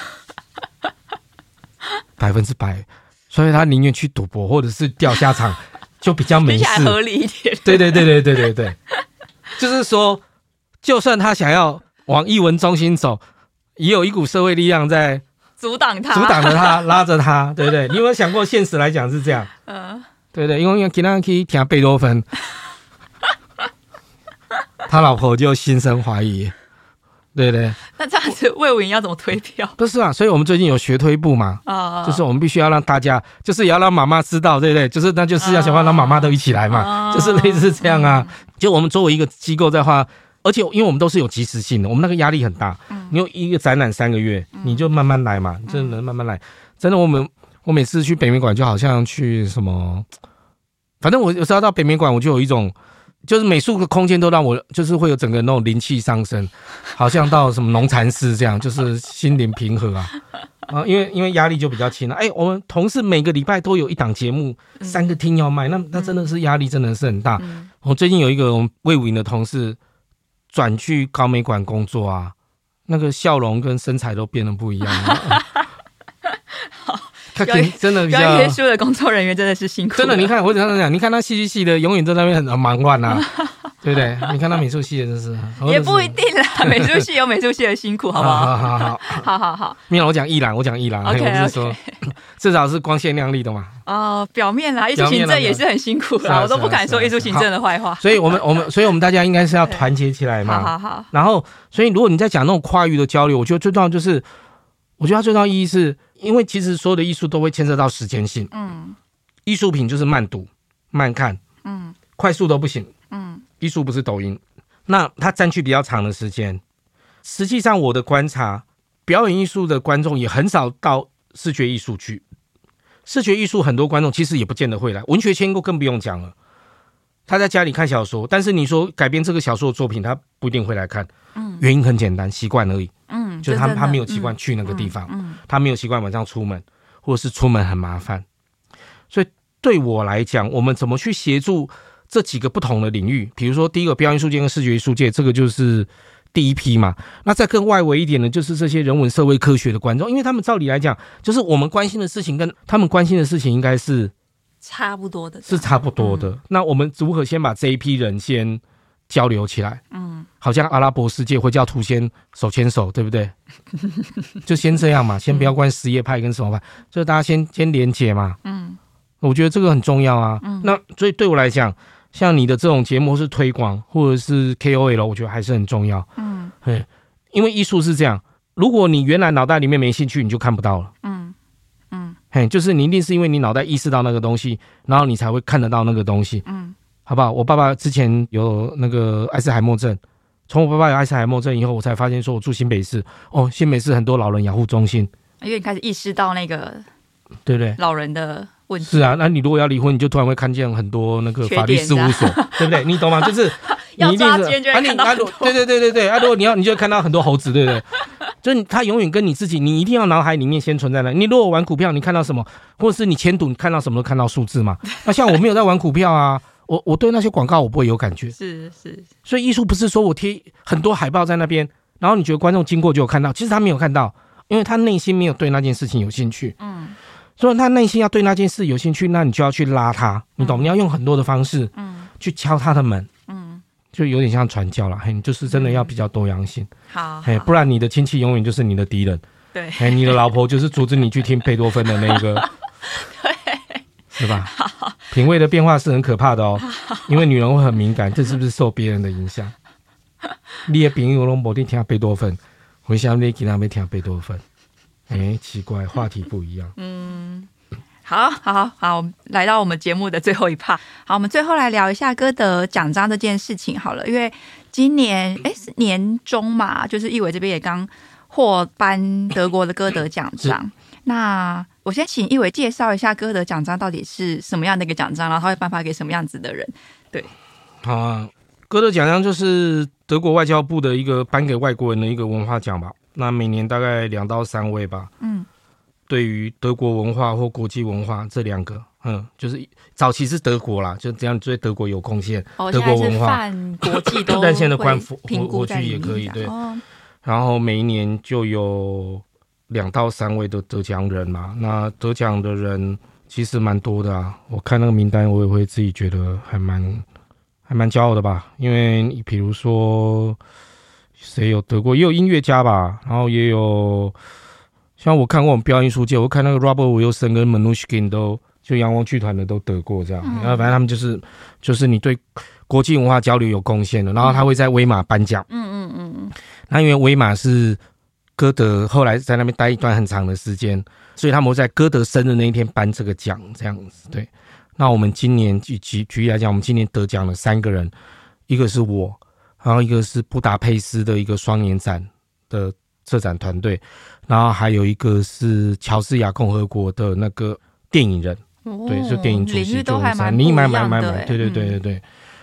，100%，所以他宁愿去赌博或者是钓虾场，就比较没事， 比较合理一点。 对，就是说，就算他想要往艺文中心走，也有一股社会力量在阻挡着他，拉着他，对不对？你有没有想过，现实来讲是这样？对不对？因为今天去听贝多芬，他老婆就心生怀疑。对对， 那这样子魏武营要怎么推票？ 不是啊，所以我们最近有学推部嘛，就是我们必须要让大家，就是也要让妈妈知道，对不对？那就是要想办法让妈妈都一起来嘛，就是类似这样啊。就我们作为一个机构在话，而且因为我们都是有及时性的，我们那个压力很大。你有一个展览3个月，你就慢慢来嘛，真的慢慢来。真的，我每次去北美馆就好像去什么，反正我有时候到北美馆，我就有一种。就是美术的空间都让我就是会有整个那种灵气上升，好像到什么农禅寺这样，就是心灵平和啊，因为压力就比较轻了。我们同事每个礼拜都有一档节目，3个厅要卖，那真的是压力真的是很大。我最近有一个我们魏武营的同事转去高美馆工作啊，那个笑容跟身材都变得不一样了。他真的比较表演艺术的工作人员真的是辛苦了， 真的。你看我怎样讲？你看他戏剧系的永远在那边很忙乱啊，对不对？你看他美术系的真是也不一定啦，美术系有美术系的辛苦，好不好？好。 没有，我讲艺廊，OK， 我是说至少是光鲜亮丽的嘛。 表面啦，艺术行政也是很辛苦啦，我都不敢说艺术行政的坏话。 所以我们大家应该是要团结起来嘛。 好。 然后，所以如果你在讲那种跨域的交流，我觉得最重要就是，我觉得它最重要意义是。因为其实所有的艺术都会牵涉到时间性，艺术品就是慢读、慢看，快速都不行，艺术不是抖音，那它占据比较长的时间。实际上我的观察，表演艺术的观众也很少到视觉艺术去，视觉艺术很多观众其实也不见得会来，文学签购更不用讲了，他在家里看小说，但是你说改编这个小说的作品，他不一定会来看，原因很简单，习惯而已。就是他没有习惯去那个地方，他没有习惯晚上出门，或者是出门很麻烦。所以对我来讲，我们怎么去协助这几个不同的领域？比如说，第一个表演艺术界跟视觉艺术界，这个就是第一批嘛。那再更外围一点呢，就是这些人文社会科学的观众，因为他们照理来讲，就是我们关心的事情跟他们关心的事情应该是差不多的， 那我们如何先把这一批人先交流起来？好像阿拉伯世界会叫图先手牵手，对不对？就先这样嘛，先不要关什叶派跟什么派，就大家先连结嘛。我觉得这个很重要啊。那所以对我来讲，像你的这种节目是推广或者是 KOL， 我觉得还是很重要。因为艺术是这样，如果你原来脑袋里面没兴趣，你就看不到了。就是你一定是因为你脑袋意识到那个东西，然后你才会看得到那个东西。好不好？我爸爸之前有那个艾斯海默症，从我爸爸有艾斯海默症以后，我才发现说我住新北市，新北市很多老人养护中心， 因为你开始意识到那个对不对？ 老人的问题是啊，那你如果要离婚，你就突然会看见很多那个法律事务所，对不对？你懂吗？就是你一定是对， 如果你就会看到很多猴子，对不对？就是他永远跟你自己，你一定要脑海里面先存在那。你如果玩股票，你看到什么，或者是你签赌，你看到什么都看到数字嘛。那像我没有在玩股票啊。我对那些广告我不会有感觉， 是， 所以艺术不是说我贴很多海报在那边，然后你觉得观众经过就有看到，其实他没有看到，因为他内心没有对那件事情有兴趣。所以他内心要对那件事有兴趣，那你就要去拉他，你懂？你要用很多的方式，去敲他的门，就有点像传教啦。你就是真的要比较多样性， 好， 不然你的亲戚永远就是你的敌人。 对， 你的老婆就是阻止你去听贝多芬的那个， 对， 是吧？品味的变化是很可怕的哦，因为女人会很敏感，这是不是受别人的影响？你的朋友都没听贝多芬，为什么你今天没听贝多芬？奇怪，话题不一样。 好，我们来到我们节目的最后一 part。好，我们最后来聊一下歌德奖章这件事情好了，因为今年是年中嘛，就是一伟这边也刚获颁德国的歌德奖章。那我先请一伟介绍一下歌德奖章到底是什么样的一个奖章，然后他会颁发给什么样子的人？对， 好啊，歌德奖章就是德国外交部的一个颁给外国人的一个文化奖吧。那每年大概2到3位吧。对于德国文化或国际文化这2个，就是早期是德国啦，就这样对德国有贡献。德国文化、 泛国际都但现在官评估去也可以，对。然后每一年就有2到3位的得奖人嘛。那得奖的人其实蛮多的啊，我看那个名单，我也会自己觉得还蛮骄傲的吧。因为比如说谁有得过，也有音乐家吧，然后也有。像我看过我们表演艺术界，我看那个 Robert Wilson 跟 Manushkin 都就阳光剧团的都得过这样，然后反正他们就是你对国际文化交流有贡献的，然后他会在威马颁奖。那因为威马是歌德后来在那边待一段很长的时间，所以他们会在歌德生日那一天颁这个奖这样子。对，那我们今年举例来讲，我们今年得奖了3个人，一个是我，然后一个是布达佩斯的一个双年展的策展团队，然后还有一个是乔治亚共和国的那个电影人，对，就电影主席， 都还蛮对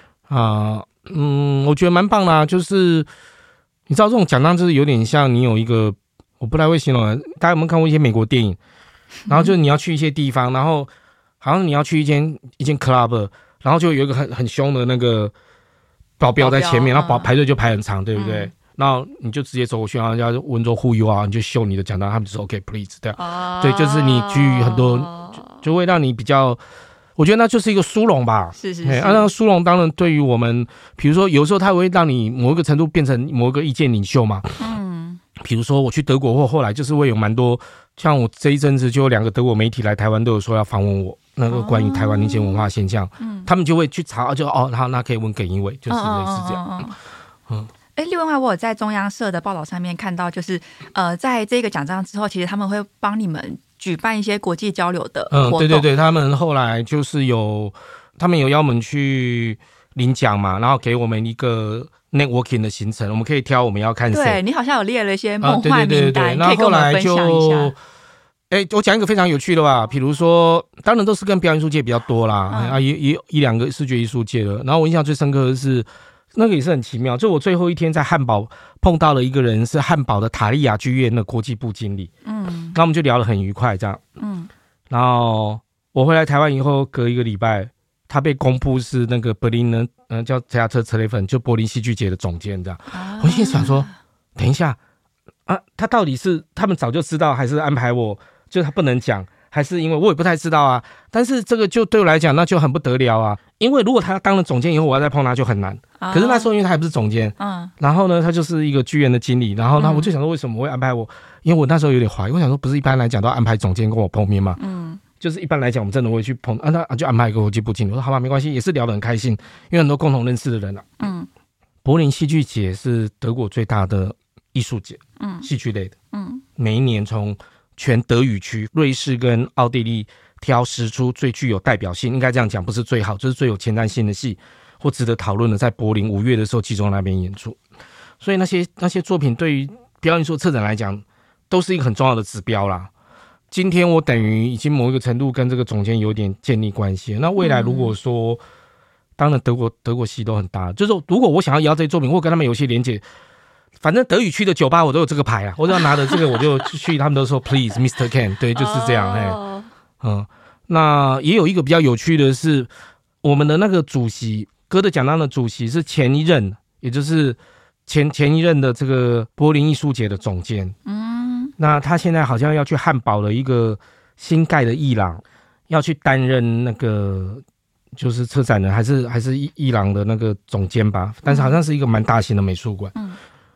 我觉得蛮棒的啊。就是你知道这种奖章就是有点像你有一个，我不太会形容啊，大家有没有看过一些美国电影？然后就是你要去一些地方，然后好像你要去一间 club， 然后就有一个很凶的那个保镖在前面，然后排队就排很长，对不对？然后你就直接走过去，然后人家问说 Who you are， 你就秀你的奖章，他们就说 OK please 这样。对，就是你居很多，就会让你比较，我觉得那就是一个殊荣吧。 是。 那个殊荣当然对于我们，比如说有时候它会让你某一个程度变成某一个意见领袖嘛。比如说我去德国或后来就是会有蛮多，像我这一阵子就有2个德国媒体来台湾都有说要访问我，那个关于台湾的一些文化现象，他们就会去查，就那可以问耿一伟，就是类似这样。 另外我有在中央社的报道上面看到，就是在这个奖章之后，其实他们会帮你们举办一些国际交流的活动。 对，他们后来就是他们有邀我们去领奖嘛，然后给我们一个 networking 的行程，我们可以挑我们要看谁。 对，你好像有列了一些梦幻名单，可以跟我们分享一下。 我讲一个非常有趣的吧，比如说，当然都是跟表演艺术界比较多啦，也有1-2个视觉艺术界的。然后我印象最深刻的是。那个也是很奇妙，就我最后一天在汉堡碰到了一个人，是汉堡的塔利亚剧院的国际部经理。那我们就聊得很愉快，这样。然后我回来台湾以后，隔1个礼拜，他被公布是那个柏林呢，叫 Theatertreffen， 就柏林戏剧节的总监，这样。我心想说，等一下啊，他到底是他们早就知道，还是安排我，就是他不能讲？还是因为我也不太知道啊，但是这个就对我来讲那就很不得了啊，因为如果他当了总监以后我要再碰他就很难，可是那时候因为他还不是总监，然后呢他就是一个剧院的经理，然后我就想说为什么会安排我，因为我那时候有点怀疑，我想说不是一般来讲都要安排总监跟我碰面吗？就是一般来讲我们真的会去碰那就安排一个国际部经理，我说好吧没关系，也是聊得很开心，因为很多共同认识的人啊。柏林戏剧节是德国最大的艺术节，戏剧类的，每一年从全德语区，瑞士跟奥地利挑10出最具有代表性，应该这样讲，不是最好，就是最有前瞻性的戏或值得讨论的，在柏林5月的时候集中那边演出。所以那些作品对于表演艺术策展来讲，都是一个很重要的指标啦。今天我等于已经某一个程度跟这个总监有点建立关系了。那未来如果说，当然德国戏都很大，就是如果我想要邀这些作品，或跟他们有一些连结。反正德语区的酒吧我都有这个牌啊，我只要拿着这个我就去，他们都说 Please Mr. Ken， 对，就是这样。那也有一个比较有趣的是，我们的那个主席，歌德奖章的主席是前一任，也就是前一任的这个柏林艺术节的总监。那他现在好像要去汉堡的一个新盖的艺廊，要去担任那个就是策展人，还是艺廊的那个总监吧，但是好像是一个蛮大型的美术馆。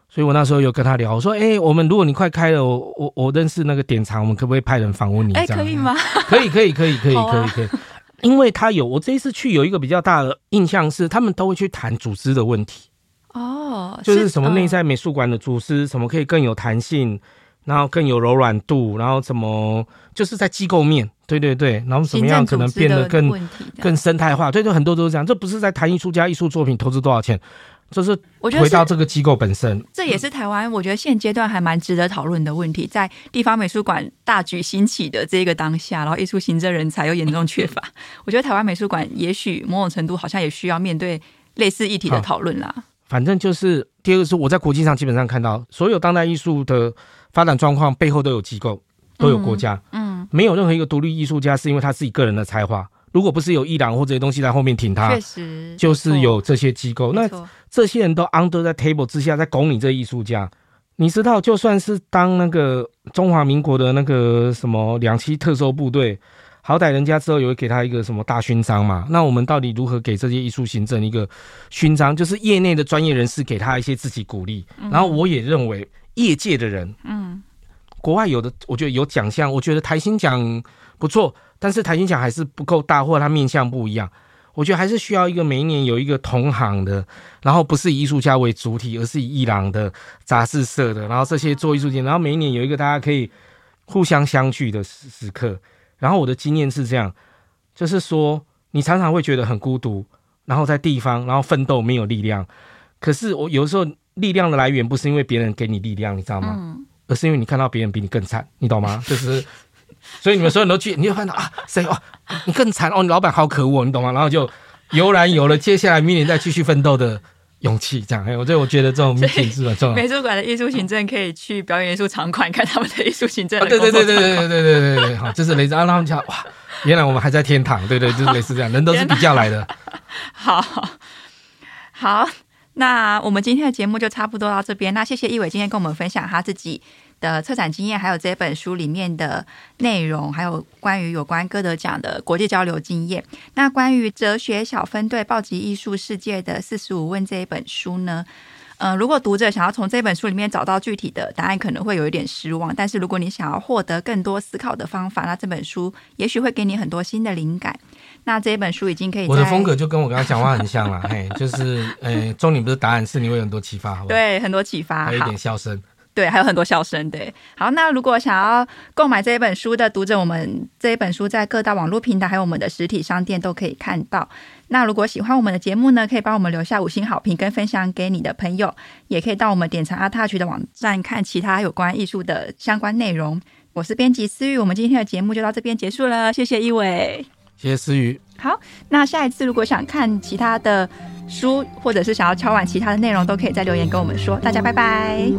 所以我那时候有跟他聊，我说我们如果你快开了，我认识那个典藏，我们可不可以派人访问你？ 可以吗？ 可以。因为我这一次去有一个比较大的印象是，他们都会去谈组织的问题。就是什么内在美术馆的组织，什么可以更有弹性，然后更有柔软度，然后怎么就是在机构面，对，然后怎么样可能变得更生态化，对，很多都是这样。这不是在谈艺术家艺术作品投资多少钱，就是回到这个机构本身。 这也是台湾我觉得现阶段还蛮值得讨论的问题，在地方美术馆大举兴起的这个当下，然后艺术行政人才又严重缺乏，我觉得台湾美术馆也许某种程度好像也需要面对类似议题的讨论啦。 反正就是第二个是我在国际上基本上看到所有当代艺术的发展状况背后都有机构，都有国家，没有任何一个独立艺术家是因为他自己个人的才华，如果不是有伊朗或这些东西在后面挺他， 确实就是有这些机构，那这些人都 under 在 table 之下在拱你这艺术家。你知道就算是当那个中华民国的那个什么2栖特搜部队，好歹人家之后也会给他一个什么大勋章嘛，那我们到底如何给这些艺术行政一个勋章，就是业内的专业人士给他一些自己鼓励，然后我也认为业界的人，国外有的我觉得有奖项，我觉得台新奖不错，但是台新奖还是不够大，或者它面向不一样，我觉得还是需要一个每一年有一个同行的，然后不是以艺术家为主体，而是以艺廊的杂志社的，然后这些做艺术节，然后每一年有一个大家可以互相相聚的时刻。然后我的经验是这样，就是说你常常会觉得很孤独，然后在地方然后奋斗没有力量，可是我有时候力量的来源不是因为别人给你力量，你知道吗？而是因为你看到别人比你更惨，你懂吗？就是所以你们所有人都去，你就看到谁你更惨你老板好可恶，你懂吗？然后就油然有了接下来明年再继续奋斗的勇气，这样。我觉得这种明显是很重要。 美术馆的艺术行政可以去表演艺术场馆看他们的艺术行政的对，好，这是类似让他们讲哇，原来我们还在天堂，对，就是类似这样，人都是比较来的。 好，那我们今天的节目就差不多到这边。那谢谢一伟今天跟我们分享他自己的策展经验，还有这本书里面的内容，还有有关歌德奖的国际交流经验。那关于哲学小分队暴击艺术世界的45问这一本书呢，如果读者想要从这本书里面找到具体的答案，可能会有一点失望，但是如果你想要获得更多思考的方法，那这本书也许会给你很多新的灵感。那这一本书已经可以在我的风格就跟我刚刚讲话很像啦就是重点不是答案，是你会有很多启发，好不好？ 对，很多启发， 还有一点笑声， 对，还有很多笑声。对，好，那如果想要购买这一本书的读者，我们这一本书在各大网络平台还有我们的实体商店都可以看到。那如果喜欢我们的节目呢，可以帮我们留下5星好评跟分享给你的朋友，也可以到我们典藏ARTouch的网站看其他有关艺术的相关内容。我是编辑思玉，我们今天的节目就到这边结束了，谢谢一伟， 谢谢思玉。 好，那下一次如果想看其他的书，或者是想要敲碗其他的内容，都可以在留言跟我们说。大家拜拜。